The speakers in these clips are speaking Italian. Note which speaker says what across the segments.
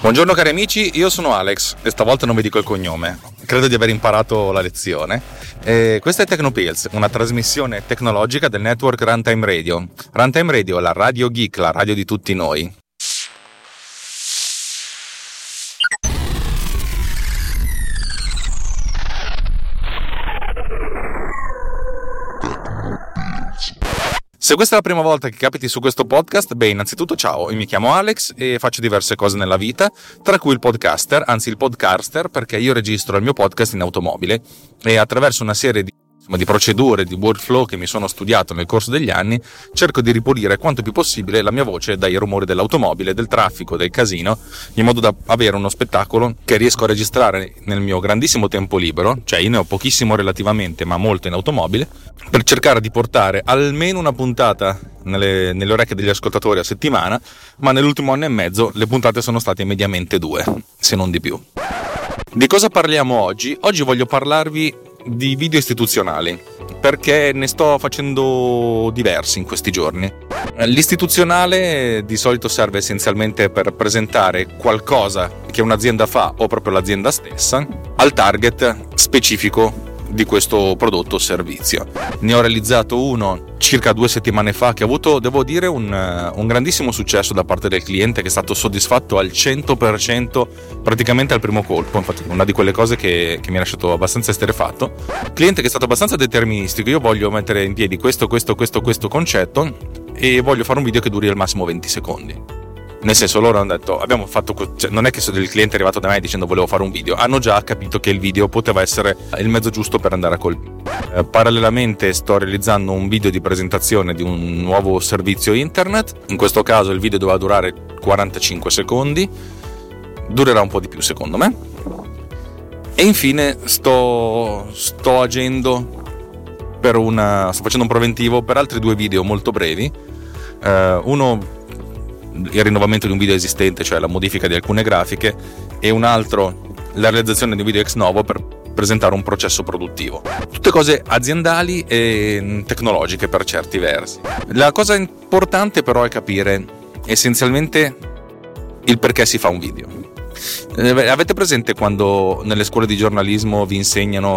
Speaker 1: Buongiorno cari amici, io sono Alex e stavolta non vi dico il cognome. Credo di aver imparato la lezione. Questa è Tecnopills, una trasmissione tecnologica del network Runtime Radio. Runtime Radio, la radio geek, la radio di tutti noi. Se questa è la prima volta che capiti su questo podcast, innanzitutto ciao, io mi chiamo Alex e faccio diverse cose nella vita, tra cui il podcaster, anzi il podcaster, perché io registro il mio podcast in automobile e attraverso una serie di procedure, di workflow che mi sono studiato nel corso degli anni, cerco di ripulire quanto più possibile la mia voce dai rumori dell'automobile, del traffico, del casino, in modo da avere uno spettacolo che riesco a registrare nel mio grandissimo tempo libero, cioè io ne ho pochissimo relativamente, ma molto in automobile, per cercare di portare almeno una puntata nelle orecchie degli ascoltatori a settimana, ma nell'ultimo anno e mezzo le puntate sono state mediamente 2, se non di più. Di cosa parliamo oggi? Oggi voglio parlarvi di video istituzionali, perché ne sto facendo diversi in questi giorni. L'istituzionale di solito serve essenzialmente per presentare qualcosa che un'azienda fa o proprio l'azienda stessa al target specifico di questo prodotto o servizio. Ne ho realizzato uno circa 2 settimane fa che ha avuto, devo dire, un grandissimo successo da parte del cliente, che è stato soddisfatto al 100% praticamente al primo colpo. Infatti una di quelle cose che mi ha lasciato abbastanza esterrefatto. Cliente che è stato abbastanza deterministico: io voglio mettere in piedi questo concetto e voglio fare un video che duri al massimo 20 secondi. Nel senso, loro hanno detto, non è che il cliente è arrivato da me dicendo volevo fare un video, hanno già capito che il video poteva essere il mezzo giusto per andare a colpire. Parallelamente sto realizzando un video di presentazione di un nuovo servizio internet. In questo caso il video doveva durare 45 secondi, durerà un po' di più secondo me. E infine sto facendo un preventivo per altri 2 video molto brevi. Uno il rinnovamento di un video esistente, cioè la modifica di alcune grafiche, e un altro la realizzazione di un video ex novo per presentare un processo produttivo. Tutte cose aziendali e tecnologiche per certi versi. La cosa importante però è capire essenzialmente il perché si fa un video. Avete presente quando nelle scuole di giornalismo vi insegnano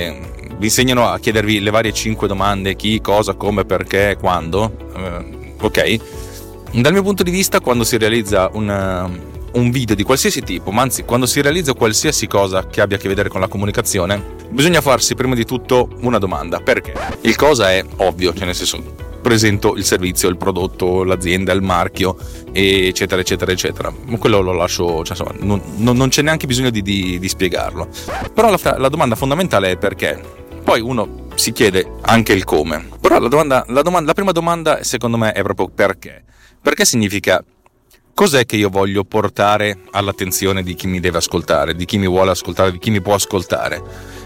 Speaker 1: a chiedervi le varie 5 domande: chi, cosa, come, perché, quando? Ok? Dal mio punto di vista, quando si realizza un video di qualsiasi tipo, ma anzi quando si realizza qualsiasi cosa che abbia a che vedere con la comunicazione, bisogna farsi prima di tutto una domanda: perché? Il cosa è ovvio, cioè nel senso, presento il servizio, il prodotto, l'azienda, il marchio, eccetera eccetera eccetera. Quello lo lascio, cioè, insomma, non c'è neanche bisogno di spiegarlo. Però la domanda fondamentale è perché. Poi uno si chiede anche il come. Però la prima domanda secondo me è proprio perché. Perché significa: cos'è che io voglio portare all'attenzione di chi mi deve ascoltare, di chi mi vuole ascoltare, di chi mi può ascoltare.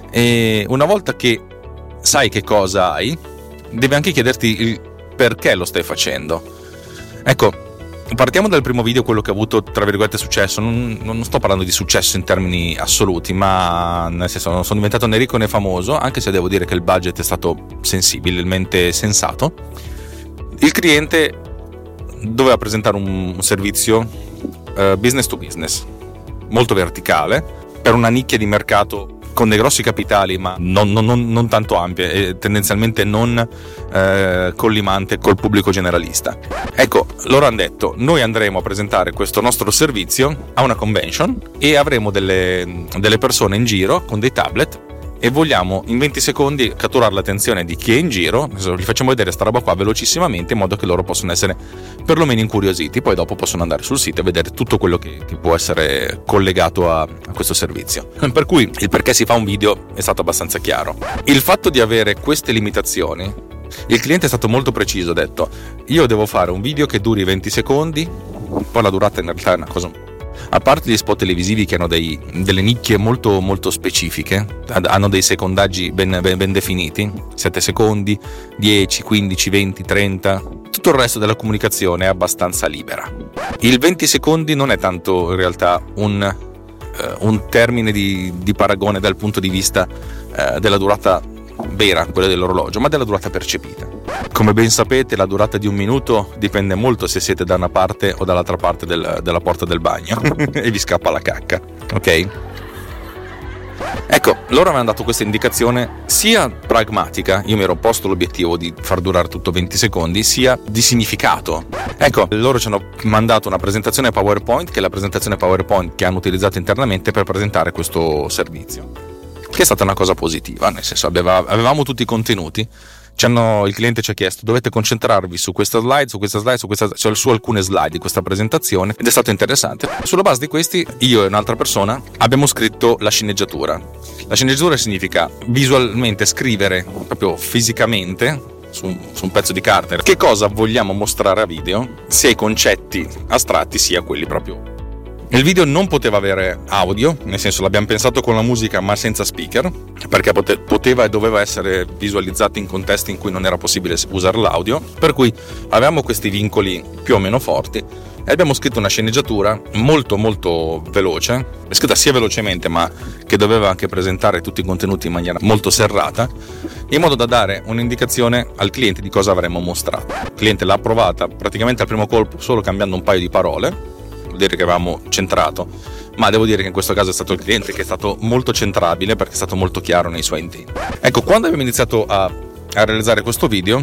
Speaker 1: E una volta che sai che cosa hai, devi anche chiederti il perché lo stai facendo. Ecco, partiamo dal primo video, quello che ha avuto tra virgolette successo. Non sto parlando di successo in termini assoluti, ma nel senso non sono diventato né ricco né famoso, anche se devo dire che il budget è stato sensibilmente sensato. Il cliente doveva presentare un servizio business to business molto verticale per una nicchia di mercato con dei grossi capitali, ma non tanto ampie, e tendenzialmente non collimante col pubblico generalista. Ecco, loro hanno detto: noi andremo a presentare questo nostro servizio a una convention e avremo delle persone in giro con dei tablet e vogliamo in 20 secondi catturare l'attenzione di chi è in giro. Gli facciamo vedere sta roba qua velocissimamente, in modo che loro possono essere perlomeno incuriositi. Poi dopo possono andare sul sito e vedere tutto quello che può essere collegato a questo servizio. Per cui il perché si fa un video è stato abbastanza chiaro. Il fatto di avere queste limitazioni, il cliente è stato molto preciso, ha detto: io devo fare un video che duri 20 secondi. Poi la durata in realtà è una cosa, a parte gli spot televisivi che hanno delle nicchie molto molto specifiche, hanno dei secondaggi ben definiti, 7 secondi, 10, 15, 20, 30, tutto il resto della comunicazione è abbastanza libera. Il 20 secondi non è tanto in realtà un termine di paragone dal punto di vista della durata vera, quella dell'orologio, ma della durata percepita. Come ben sapete, la durata di un minuto dipende molto se siete da una parte o dall'altra parte della porta del bagno e vi scappa la cacca, ok? Ecco, loro avevano dato questa indicazione sia pragmatica, io mi ero posto l'obiettivo di far durare tutto 20 secondi, sia di significato. Ecco, loro ci hanno mandato una presentazione PowerPoint, che è la presentazione PowerPoint che hanno utilizzato internamente per presentare questo servizio, che è stata una cosa positiva, nel senso avevamo tutti i contenuti. Il cliente ci ha chiesto: dovete concentrarvi su questa slide, cioè su alcune slide di questa presentazione, ed è stato interessante. Sulla base di questi, io e un'altra persona abbiamo scritto la sceneggiatura. La sceneggiatura significa visualmente scrivere, proprio fisicamente, su un pezzo di carta, che cosa vogliamo mostrare a video, sia i concetti astratti sia quelli proprio. Il video non poteva avere audio, nel senso l'abbiamo pensato con la musica ma senza speaker, perché poteva e doveva essere visualizzato in contesti in cui non era possibile usare l'audio, per cui avevamo questi vincoli più o meno forti e abbiamo scritto una sceneggiatura molto molto veloce, scritta sia velocemente ma che doveva anche presentare tutti i contenuti in maniera molto serrata, in modo da dare un'indicazione al cliente di cosa avremmo mostrato. Il cliente l'ha approvata praticamente al primo colpo, solo cambiando un paio di parole. Dire che avevamo centrato, ma devo dire che in questo caso è stato il cliente che è stato molto centrabile, perché è stato molto chiaro nei suoi intenti. Ecco, quando abbiamo iniziato a realizzare questo video,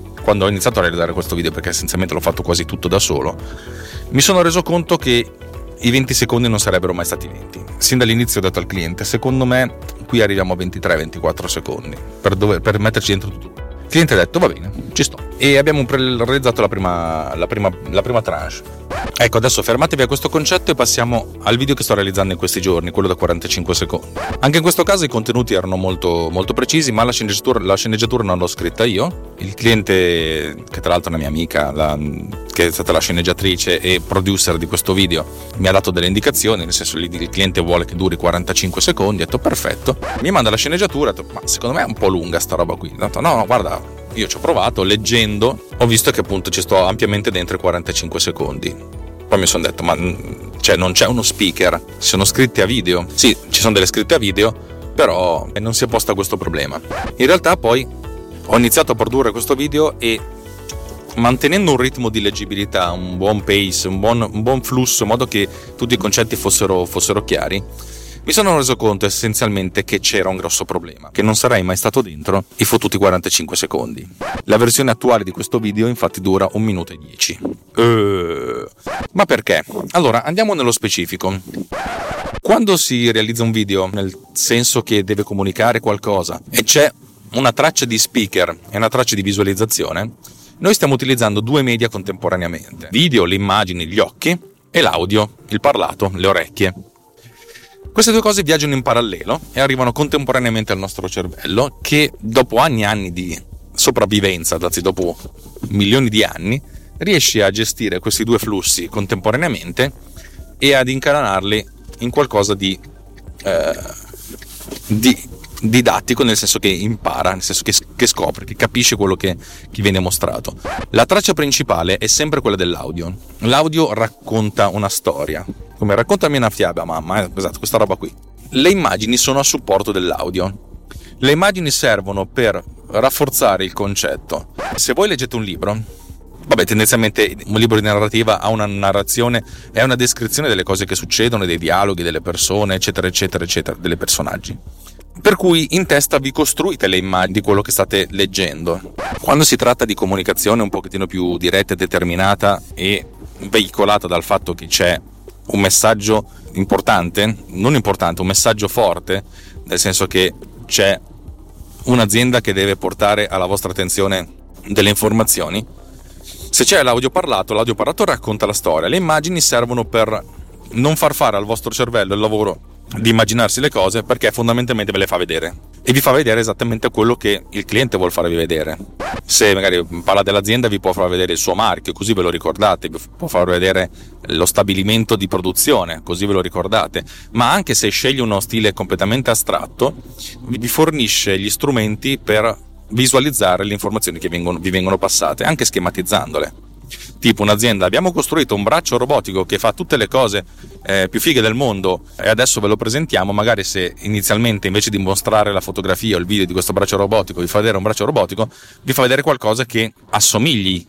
Speaker 1: perché essenzialmente l'ho fatto quasi tutto da solo, mi sono reso conto che i 20 secondi non sarebbero mai stati 20. Sin dall'inizio ho detto al cliente: secondo me qui arriviamo a 23-24 secondi per metterci dentro tutto. Il cliente ha detto: va bene, ci sto. E abbiamo realizzato la prima tranche. Ecco, adesso fermatevi a questo concetto e passiamo al video che sto realizzando in questi giorni, quello da 45 secondi. Anche in questo caso i contenuti erano molto, molto precisi, ma la sceneggiatura non l'ho scritta io. Il cliente, che tra l'altro è una mia amica, che è stata la sceneggiatrice e producer di questo video, mi ha dato delle indicazioni, nel senso il cliente vuole che duri 45 secondi, ho detto perfetto. Mi manda la sceneggiatura, ho detto: ma secondo me è un po' lunga sta roba qui. Ho detto: no, guarda, io ci ho provato, leggendo, ho visto che appunto ci sto ampiamente dentro i 45 secondi. Poi mi sono detto: ma non c'è uno speaker, sono scritti a video. Sì, ci sono delle scritte a video, però non si è posta questo problema. In realtà poi ho iniziato a produrre questo video e, mantenendo un ritmo di leggibilità, un buon pace, un buon flusso, in modo che tutti i concetti fossero chiari, mi sono reso conto essenzialmente che c'era un grosso problema, che non sarei mai stato dentro i fottuti 45 secondi. La versione attuale di questo video infatti dura 1 minuto e 10. Ma perché? Allora, andiamo nello specifico. Quando si realizza un video, nel senso che deve comunicare qualcosa, e c'è una traccia di speaker e una traccia di visualizzazione, noi stiamo utilizzando 2 media contemporaneamente: video, le immagini, gli occhi, e l'audio, il parlato, le orecchie. Queste 2 cose viaggiano in parallelo e arrivano contemporaneamente al nostro cervello, che dopo anni e anni di sopravvivenza, anzi dopo milioni di anni, riesce a gestire questi 2 flussi contemporaneamente e ad incanarli in qualcosa di didattico, nel senso che impara, nel senso che scopre, che capisce quello che viene mostrato. La traccia principale è sempre quella dell'audio. L'audio racconta una storia, come raccontami una fiaba, mamma, esatto, questa roba qui. Le immagini sono a supporto dell'audio. Le immagini servono per rafforzare il concetto. Se voi leggete un libro, tendenzialmente un libro di narrativa ha una narrazione, è una descrizione delle cose che succedono, dei dialoghi, delle persone, eccetera, eccetera, eccetera, dei personaggi. Per cui in testa vi costruite le immagini di quello che state leggendo. Quando si tratta di comunicazione un pochettino più diretta e determinata e veicolata dal fatto che c'è un messaggio un messaggio forte, nel senso che c'è un'azienda che deve portare alla vostra attenzione delle informazioni, se c'è l'audio parlato racconta la storia. Le immagini servono per non far fare al vostro cervello il lavoro di immaginarsi le cose, perché fondamentalmente ve le fa vedere e vi fa vedere esattamente quello che il cliente vuol farvi vedere. Se magari parla dell'azienda, vi può far vedere il suo marchio, così ve lo ricordate, vi può far vedere lo stabilimento di produzione, così ve lo ricordate. Ma anche se sceglie uno stile completamente astratto, vi fornisce gli strumenti per visualizzare le informazioni che vi vengono passate, anche schematizzandole. tipo un'azienda: abbiamo costruito un braccio robotico che fa tutte le cose più fighe del mondo e adesso ve lo presentiamo. Magari se inizialmente invece di mostrare la fotografia o il video di questo braccio robotico vi fa vedere un braccio robotico, vi fa vedere qualcosa che assomigli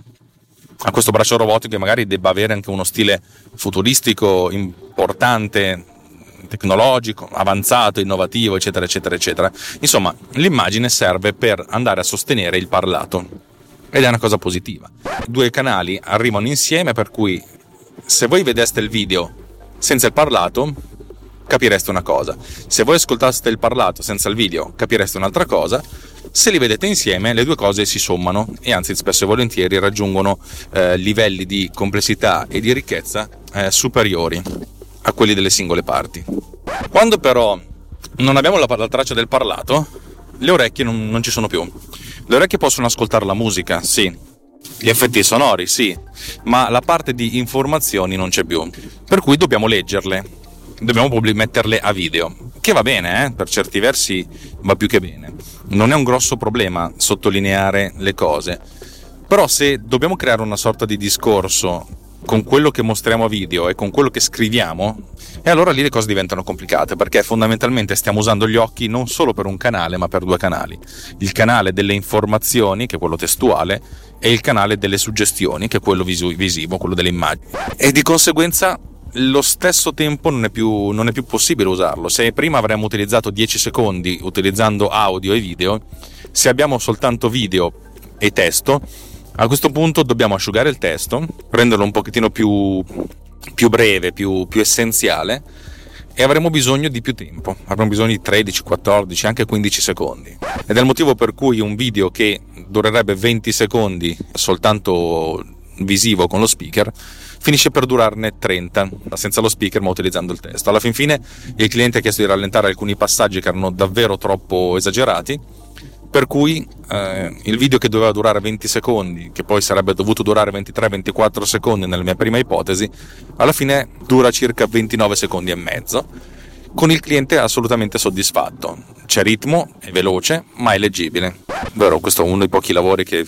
Speaker 1: a questo braccio robotico e magari debba avere anche uno stile futuristico importante, tecnologico, avanzato, innovativo, eccetera eccetera eccetera. Insomma, l'immagine serve per andare a sostenere il parlato ed è una cosa positiva. I due canali arrivano insieme, per cui se voi vedeste il video senza il parlato capireste una cosa, se voi ascoltaste il parlato senza il video capireste un'altra cosa. Se li vedete insieme le due cose si sommano e anzi spesso e volentieri raggiungono livelli di complessità e di ricchezza superiori a quelli delle singole parti. Quando però non abbiamo la traccia del parlato, le orecchie non ci sono più. Le orecchie possono ascoltare la musica, sì, gli effetti sonori, sì, ma la parte di informazioni non c'è più, per cui dobbiamo leggerle, dobbiamo metterle a video, che va bene, per certi versi va più che bene, non è un grosso problema sottolineare le cose, però se dobbiamo creare una sorta di discorso con quello che mostriamo a video e con quello che scriviamo, e allora lì le cose diventano complicate, perché fondamentalmente stiamo usando gli occhi non solo per un canale ma per due canali: il canale delle informazioni, che è quello testuale, e il canale delle suggestioni, che è quello visivo, quello delle immagini, e di conseguenza lo stesso tempo non è più possibile usarlo. Se prima avremmo utilizzato 10 secondi utilizzando audio e video, se abbiamo soltanto video e testo, a questo punto dobbiamo asciugare il testo, renderlo un pochettino più breve, più essenziale, e avremo bisogno di più tempo, avremo bisogno di 13, 14, anche 15 secondi. Ed è il motivo per cui un video che durerebbe 20 secondi soltanto visivo con lo speaker finisce per durarne 30 senza lo speaker ma utilizzando il testo. Alla fin fine il cliente ha chiesto di rallentare alcuni passaggi che erano davvero troppo esagerati, per cui il video che doveva durare 20 secondi, che poi sarebbe dovuto durare 23-24 secondi nella mia prima ipotesi, alla fine dura circa 29 secondi e mezzo, con il cliente assolutamente soddisfatto. C'è ritmo, è veloce, ma è leggibile. Vero, questo è uno dei pochi lavori che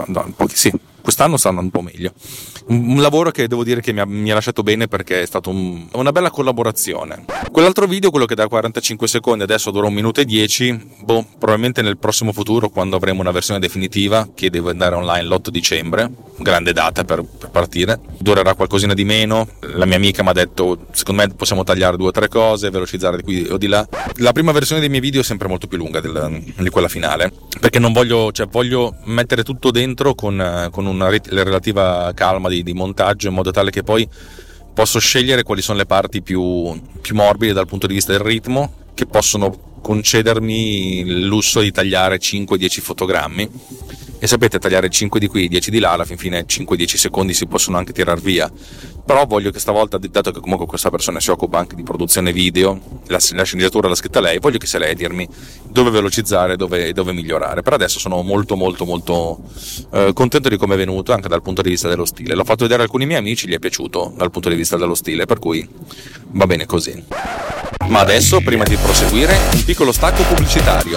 Speaker 1: sì, quest'anno sta andando un po' meglio. Un lavoro che devo dire che mi ha lasciato bene, perché è stato una bella collaborazione. Quell'altro video, quello che da 45 secondi adesso dura 1 minuto e 10, probabilmente nel prossimo futuro, quando avremo una versione definitiva che deve andare online l'8 dicembre, grande data per partire, durerà qualcosina di meno. La mia amica mi ha detto: secondo me possiamo tagliare 2 o 3 cose, velocizzare di qui o di là. La prima versione dei miei video è sempre molto più lunga di quella finale, perché non voglio mettere tutto dentro con una relativa calma di montaggio, in modo tale che poi posso scegliere quali sono le parti più morbide dal punto di vista del ritmo, che possono concedermi il lusso di tagliare 5-10 fotogrammi. E sapete, tagliare 5 di qui, 10 di là, alla fin fine 5-10 secondi si possono anche tirar via. Però voglio che stavolta, dato che comunque questa persona si occupa anche di produzione video, la sceneggiatura l'ha scritta lei, voglio che sia lei a dirmi dove velocizzare, dove migliorare. Per adesso sono molto molto molto contento di come è venuto, anche dal punto di vista dello stile. L'ho fatto vedere a alcuni miei amici, gli è piaciuto dal punto di vista dello stile, per cui va bene così. Ma adesso, prima di proseguire, un piccolo stacco pubblicitario.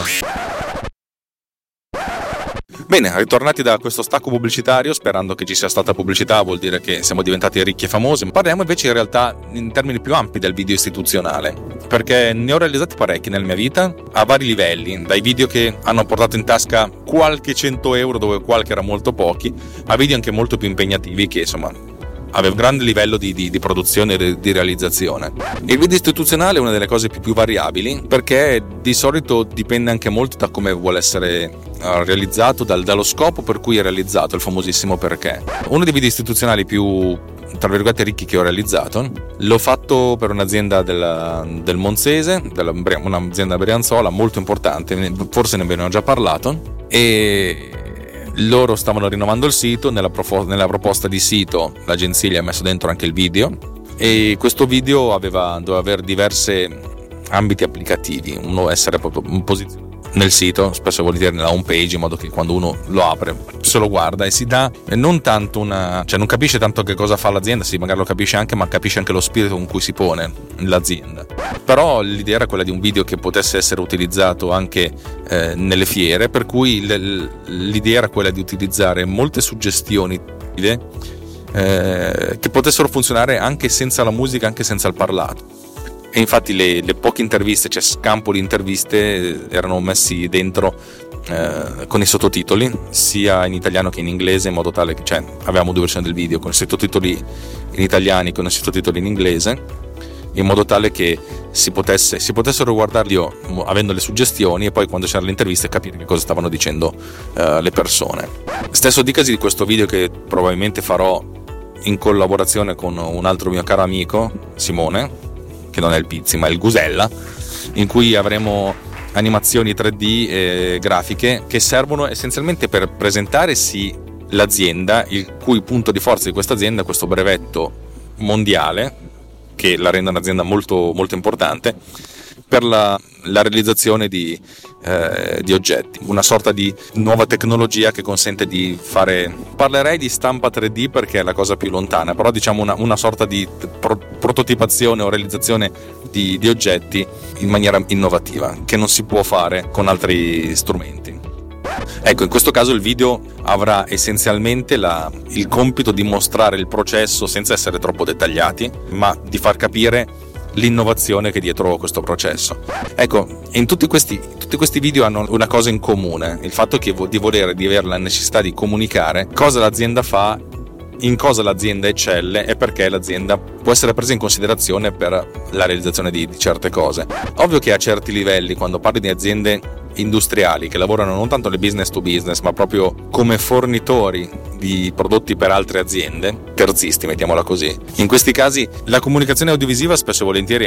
Speaker 1: Bene, ritornati da questo stacco pubblicitario, sperando che ci sia stata pubblicità, vuol dire che siamo diventati ricchi e famosi. Parliamo invece in realtà in termini più ampi del video istituzionale, perché ne ho realizzati parecchi nella mia vita, a vari livelli, dai video che hanno portato in tasca qualche 100 euro, dove qualche era molto pochi, a video anche molto più impegnativi che insomma aveva un grande livello di produzione e di realizzazione. Il video istituzionale è una delle cose più variabili, perché di solito dipende anche molto da come vuole essere realizzato, dallo scopo per cui è realizzato, il famosissimo perché. Uno dei video istituzionali più, tra virgolette, ricchi che ho realizzato, l'ho fatto per un'azienda del Monzese, un'azienda brianzola molto importante, forse ne abbiamo già parlato, e loro stavano rinnovando il sito. Nella proposta di sito l'agenzia gli ha messo dentro anche il video, e questo video doveva avere diversi ambiti applicativi. Uno, essere proprio in posizione nel sito, spesso vuol dire nella home page, in modo che quando uno lo apre se lo guarda e si dà non tanto non capisce tanto che cosa fa l'azienda, sì, magari lo capisce anche, ma capisce anche lo spirito con cui si pone l'azienda. Però l'idea era quella di un video che potesse essere utilizzato anche nelle fiere, per cui l'idea era quella di utilizzare molte suggestioni che potessero funzionare anche senza la musica, anche senza il parlato. E infatti le poche interviste, cioè scampoli interviste, erano messi dentro con i sottotitoli sia in italiano che in inglese, in modo tale che, cioè, avevamo due versioni del video, con i sottotitoli in italiano e con i sottotitoli in inglese, in modo tale che si potessero guardarli avendo le suggestioni, e poi quando c'erano le interviste capire che cosa stavano dicendo le persone. Stesso dicasi di questo video che probabilmente farò in collaborazione con un altro mio caro amico, Simone, che non è il Pizzi ma è il Gusella, in cui avremo animazioni 3D grafiche che servono essenzialmente per presentare l'azienda, il cui punto di forza di questa azienda è questo brevetto mondiale che la rende un'azienda molto, molto importante per la realizzazione di oggetti, una sorta di nuova tecnologia che consente di parlerei di stampa 3D perché è la cosa più lontana, però diciamo una sorta di prototipazione o realizzazione di oggetti in maniera innovativa che non si può fare con altri strumenti. Ecco, in questo caso il video avrà essenzialmente il compito di mostrare il processo senza essere troppo dettagliati, ma di far capire l'innovazione che è dietro questo processo. Ecco, in tutti questi video hanno una cosa in comune: il fatto di avere la necessità di comunicare cosa l'azienda fa, in cosa l'azienda eccelle e perché l'azienda può essere presa in considerazione per la realizzazione di certe cose. Ovvio che a certi livelli, quando parli di aziende industriali che lavorano non tanto nel business to business ma proprio come fornitori di prodotti per altre aziende, terzisti, mettiamola così, in questi casi la comunicazione audiovisiva spesso e volentieri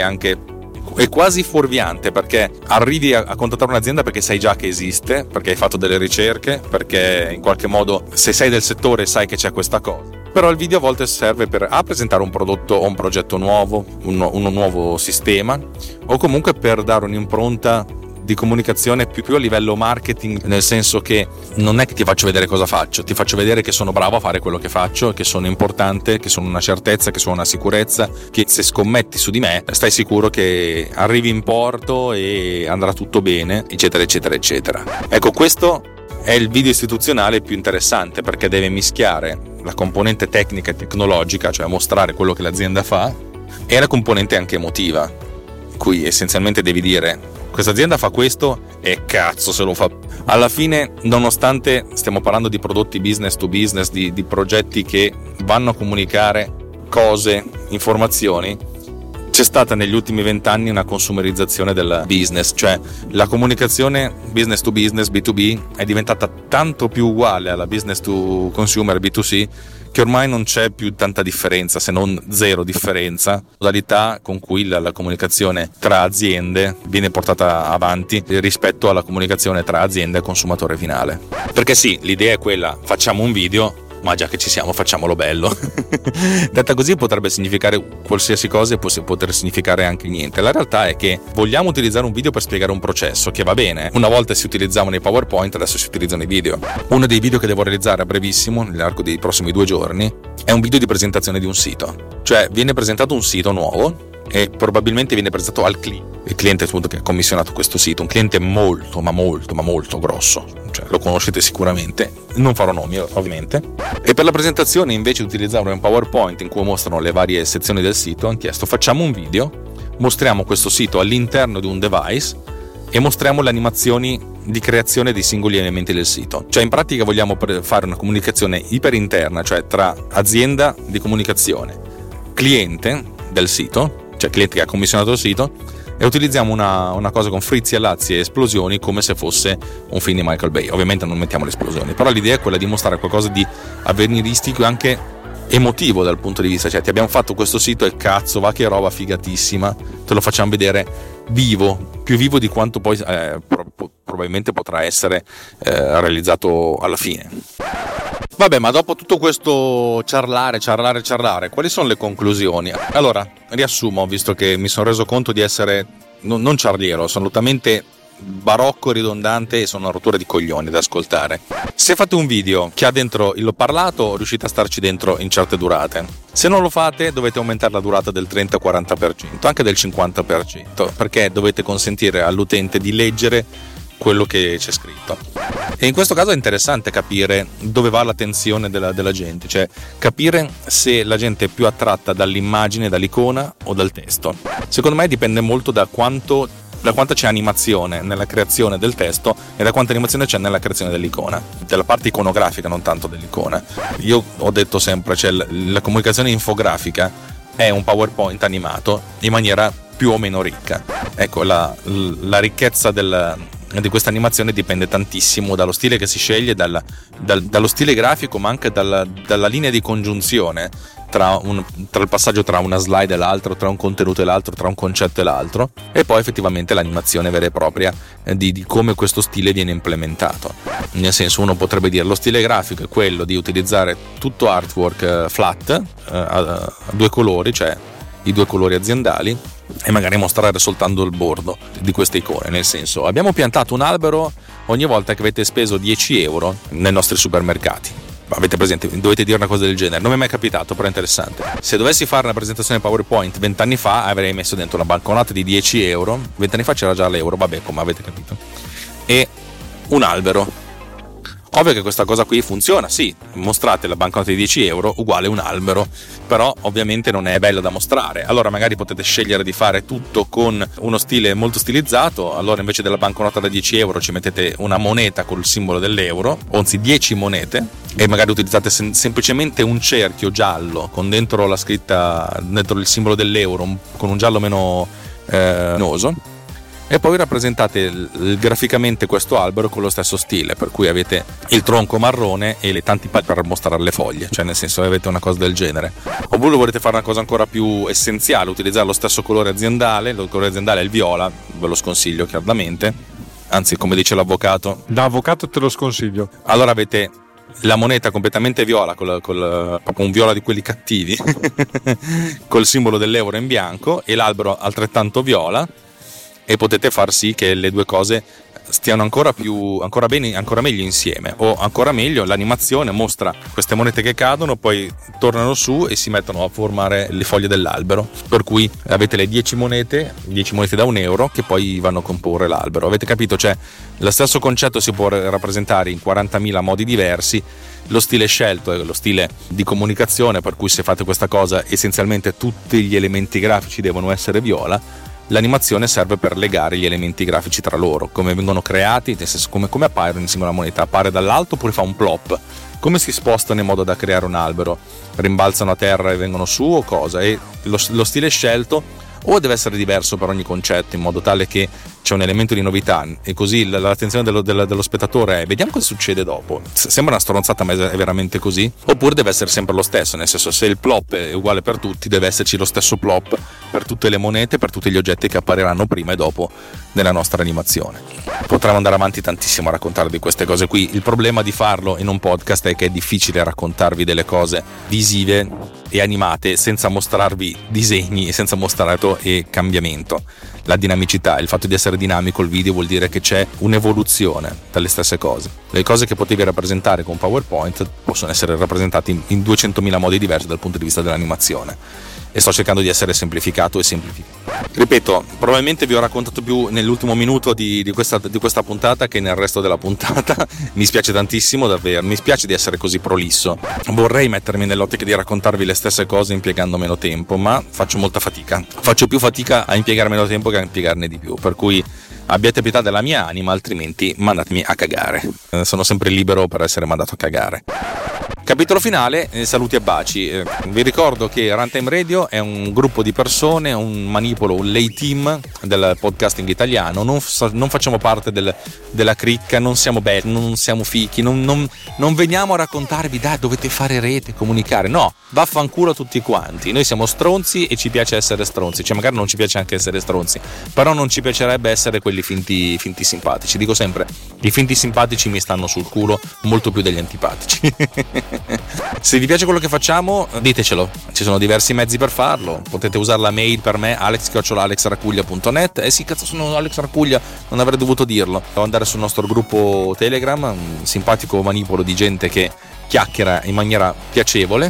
Speaker 1: è quasi fuorviante, perché arrivi a contattare un'azienda perché sai già che esiste, perché hai fatto delle ricerche, perché in qualche modo, se sei del settore, sai che c'è questa cosa. Però il video a volte serve per presentare un prodotto o un progetto nuovo, un nuovo sistema, o comunque per dare un'impronta di comunicazione più a livello marketing, nel senso che non è che ti faccio vedere cosa faccio, ti faccio vedere che sono bravo a fare quello che faccio, che sono importante, che sono una certezza, che sono una sicurezza, che se scommetti su di me stai sicuro che arrivi in porto e andrà tutto bene, eccetera eccetera eccetera. Ecco, questo è il video istituzionale più interessante, perché deve mischiare la componente tecnica e tecnologica, cioè mostrare quello che l'azienda fa, e la componente anche emotiva, in cui essenzialmente devi dire: questa azienda fa questo e cazzo se lo fa. Alla fine, nonostante stiamo parlando di prodotti business to business, di progetti che vanno a comunicare cose, informazioni, c'è stata negli ultimi 20 anni una consumerizzazione del business, cioè la comunicazione business to business, B2B, è diventata tanto più uguale alla business to consumer, B2C, che ormai non c'è più tanta differenza, se non zero differenza, modalità con cui la comunicazione tra aziende viene portata avanti rispetto alla comunicazione tra azienda e consumatore finale. Perché sì, l'idea è quella: facciamo un video, ma già che ci siamo facciamolo bello. Detta così potrebbe significare qualsiasi cosa e può poter significare anche niente. La realtà è che vogliamo utilizzare un video per spiegare un processo, che va bene, una volta si utilizzavano i PowerPoint, adesso si utilizzano i video. Uno dei video che devo realizzare a brevissimo, nell'arco dei prossimi 2 giorni, è un video di presentazione di un sito. Cioè viene presentato un sito nuovo e probabilmente viene presentato al cliente. Il cliente appunto che ha commissionato questo sito, un cliente molto grosso, cioè lo conoscete sicuramente, non farò nomi ovviamente. E per la presentazione, invece di utilizzare un PowerPoint in cui mostrano le varie sezioni del sito, hanno chiesto: facciamo un video, mostriamo questo sito all'interno di un device e mostriamo le animazioni di creazione dei singoli elementi del sito. Cioè in pratica vogliamo fare una comunicazione iperinterna, cioè tra azienda di comunicazione, cliente del sito, cioè cliente che ha commissionato il sito, e utilizziamo una cosa con frizzi, allazzi e esplosioni come se fosse un film di Michael Bay. Ovviamente non mettiamo le esplosioni, però l'idea è quella di mostrare qualcosa di avveniristico e anche emotivo dal punto di vista, cioè ti abbiamo fatto questo sito e cazzo va che roba figatissima, te lo facciamo vedere vivo, più vivo di quanto poi probabilmente potrà essere realizzato alla fine. Vabbè, ma dopo tutto questo ciarlare, quali sono le conclusioni? Allora, riassumo, visto che mi sono reso conto di essere non ciarliero, assolutamente barocco, ridondante, e sono una rottura di coglioni da ascoltare. Se fate un video che ha dentro il parlato, riuscite a starci dentro in certe durate. Se non lo fate, dovete aumentare la durata del 30-40%, anche del 50%, perché dovete consentire all'utente di leggere quello che c'è scritto. E in questo caso è interessante capire dove va l'attenzione della gente, cioè capire se la gente è più attratta dall'immagine, dall'icona o dal testo. Secondo me dipende molto da quanta c'è animazione nella creazione del testo e da quanta animazione c'è nella creazione dell'icona, della parte iconografica, non tanto dell'icona. Io ho detto sempre, cioè la comunicazione infografica è un PowerPoint animato in maniera più o meno ricca. Ecco, la ricchezza di questa animazione dipende tantissimo dallo stile che si sceglie, dallo stile grafico, ma anche dalla linea di congiunzione tra il passaggio tra una slide e l'altro, tra un contenuto e l'altro, tra un concetto e l'altro, e poi effettivamente l'animazione vera e propria di come questo stile viene implementato. Nel senso, uno potrebbe dire lo stile grafico è quello di utilizzare tutto artwork flat a due colori, cioè i due colori aziendali, e magari mostrare soltanto il bordo di queste icone. Nel senso, abbiamo piantato un albero ogni volta che avete speso 10 euro nei nostri supermercati. Avete presente? Dovete dire una cosa del genere. Non mi è mai capitato, però è interessante. Se dovessi fare una presentazione PowerPoint 20 anni fa, avrei messo dentro una banconota di 10 euro. 20 anni fa c'era già l'euro, vabbè, come avete capito, e un albero. Ovvio che questa cosa qui funziona, sì, mostrate la banconota di 10 euro uguale un albero, però ovviamente non è bello da mostrare. Allora magari potete scegliere di fare tutto con uno stile molto stilizzato. Allora invece della banconota da 10 euro ci mettete una moneta col simbolo dell'euro, o anzi 10 monete, e magari utilizzate semplicemente un cerchio giallo con dentro la scritta, dentro il simbolo dell'euro, con un giallo meno luminoso. E poi rappresentate graficamente questo albero con lo stesso stile, per cui avete il tronco marrone e le tanti pali per mostrare le foglie, cioè nel senso avete una cosa del genere. Oppure volete fare una cosa ancora più essenziale, utilizzare lo stesso colore aziendale. Il colore aziendale è il viola, ve lo sconsiglio chiaramente, anzi, come dice l'avvocato,
Speaker 2: da avvocato te lo sconsiglio.
Speaker 1: Allora avete la moneta completamente viola, proprio un viola di quelli cattivi col simbolo dell'euro in bianco, e l'albero altrettanto viola, e potete far sì che le due cose stiano ancora meglio insieme. O ancora meglio, l'animazione mostra queste monete che cadono, poi tornano su e si mettono a formare le foglie dell'albero, per cui avete le 10 monete da €1 che poi vanno a comporre l'albero. Avete capito? Cioè, lo stesso concetto si può rappresentare in 40.000 modi diversi. Lo stile scelto è lo stile di comunicazione, per cui se fate questa cosa essenzialmente tutti gli elementi grafici devono essere viola. L'animazione serve per legare gli elementi grafici tra loro, come vengono creati, nel senso come appaiono in singola moneta. Appare dall'alto oppure fa un plop? Come si spostano in modo da creare un albero? Rimbalzano a terra e vengono su, o cosa? E lo stile scelto o deve essere diverso per ogni concetto, in modo tale che c'è un elemento di novità, e così l'attenzione dello spettatore è vediamo cosa succede dopo. Sembra una stronzata, ma è veramente così? Oppure deve essere sempre lo stesso, nel senso, se il plop è uguale per tutti, deve esserci lo stesso plop per tutte le monete, per tutti gli oggetti che appariranno prima e dopo nella nostra animazione. Potremmo andare avanti tantissimo a raccontare di queste cose qui. Il problema di farlo in un podcast è che è difficile raccontarvi delle cose visive e animate senza mostrarvi disegni e senza mostrato e cambiamento. La dinamicità, il fatto di essere dinamico, il video vuol dire che c'è un'evoluzione dalle stesse cose. Le cose che potevi rappresentare con PowerPoint possono essere rappresentate in 200.000 modi diversi dal punto di vista dell'animazione. E sto cercando di essere semplificato e semplificato. Ripeto, probabilmente vi ho raccontato più nell'ultimo minuto di questa puntata che nel resto della puntata. Mi spiace tantissimo, davvero, mi spiace di essere così prolisso. Vorrei mettermi nell'ottica di raccontarvi le stesse cose impiegando meno tempo, ma faccio molta fatica. Faccio più fatica a impiegare meno tempo che a impiegarne di più, per cui abbiate pietà della mia anima, altrimenti mandatemi a cagare. Sono sempre libero per essere mandato a cagare. Capitolo finale, saluti e baci. Vi ricordo che Runtime Radio è un gruppo di persone, un manipolo, un lay team del podcasting italiano. Non facciamo parte della cricca, non siamo belli, non siamo fichi, non veniamo a raccontarvi dovete fare rete, comunicare. No, vaffanculo a tutti quanti. Noi siamo stronzi e ci piace essere stronzi. Cioè magari non ci piace anche essere stronzi, però non ci piacerebbe essere quelli finti simpatici. Dico sempre, i finti simpatici mi stanno sul culo molto più degli antipatici. Se vi piace quello che facciamo, ditecelo, ci sono diversi mezzi per farlo. Potete usare la mail per me, alex@alexracuglia.net. Sì, cazzo, sono Alex Racuglia, non avrei dovuto dirlo. Devo andare sul nostro gruppo Telegram, un simpatico manipolo di gente che chiacchiera in maniera piacevole.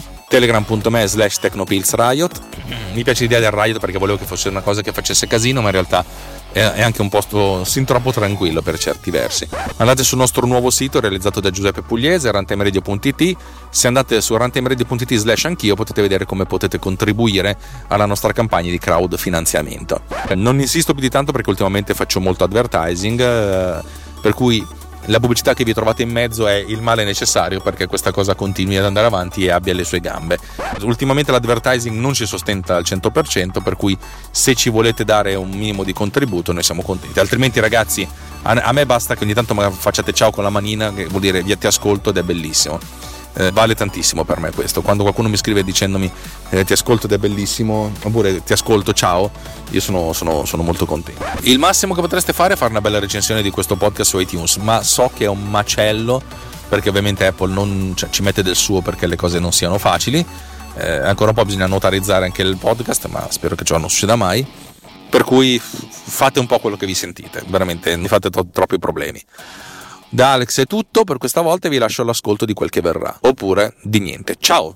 Speaker 1: telegram.me/technopillsriot. Mi piace l'idea del riot perché volevo che fosse una cosa che facesse casino, ma in realtà è anche un posto sin troppo tranquillo per certi versi. Andate sul nostro nuovo sito realizzato da Giuseppe Pugliese, runtimeradio.it. Se andate su runtimeradio.it/anch'io potete vedere come potete contribuire alla nostra campagna di crowd finanziamento. Non insisto più di tanto perché ultimamente faccio molto advertising, per cui la pubblicità che vi trovate in mezzo è il male necessario perché questa cosa continui ad andare avanti e abbia le sue gambe. Ultimamente l'advertising non ci sostiene al 100%, per cui se ci volete dare un minimo di contributo noi siamo contenti, altrimenti ragazzi a me basta che ogni tanto facciate ciao con la manina, che vuol dire ti ascolto ed è bellissimo. Vale tantissimo per me questo. Quando qualcuno mi scrive dicendomi ti ascolto ed è bellissimo, oppure ti ascolto, ciao, io sono molto contento. Il massimo che potreste fare è fare una bella recensione di questo podcast su iTunes, ma so che è un macello perché ovviamente Apple non ci mette del suo perché le cose non siano facili. Ancora un po' bisogna notarizzare anche il podcast, ma spero che ciò non succeda mai, per cui fate un po' quello che vi sentite, veramente ne fate troppi problemi. Da Alex è tutto per questa volta e vi lascio all'ascolto di quel che verrà, oppure di niente. Ciao!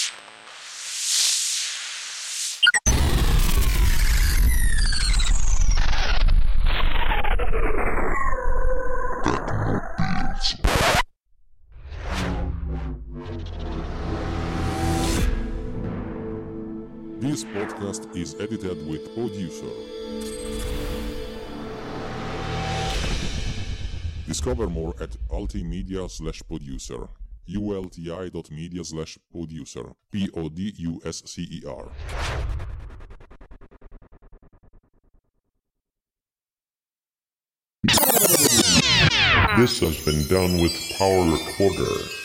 Speaker 3: This podcast is edited with Producer. Discover more at ultimedia/producer, ulti.media/producer, PODUSCER. This has been done with Power Recorder.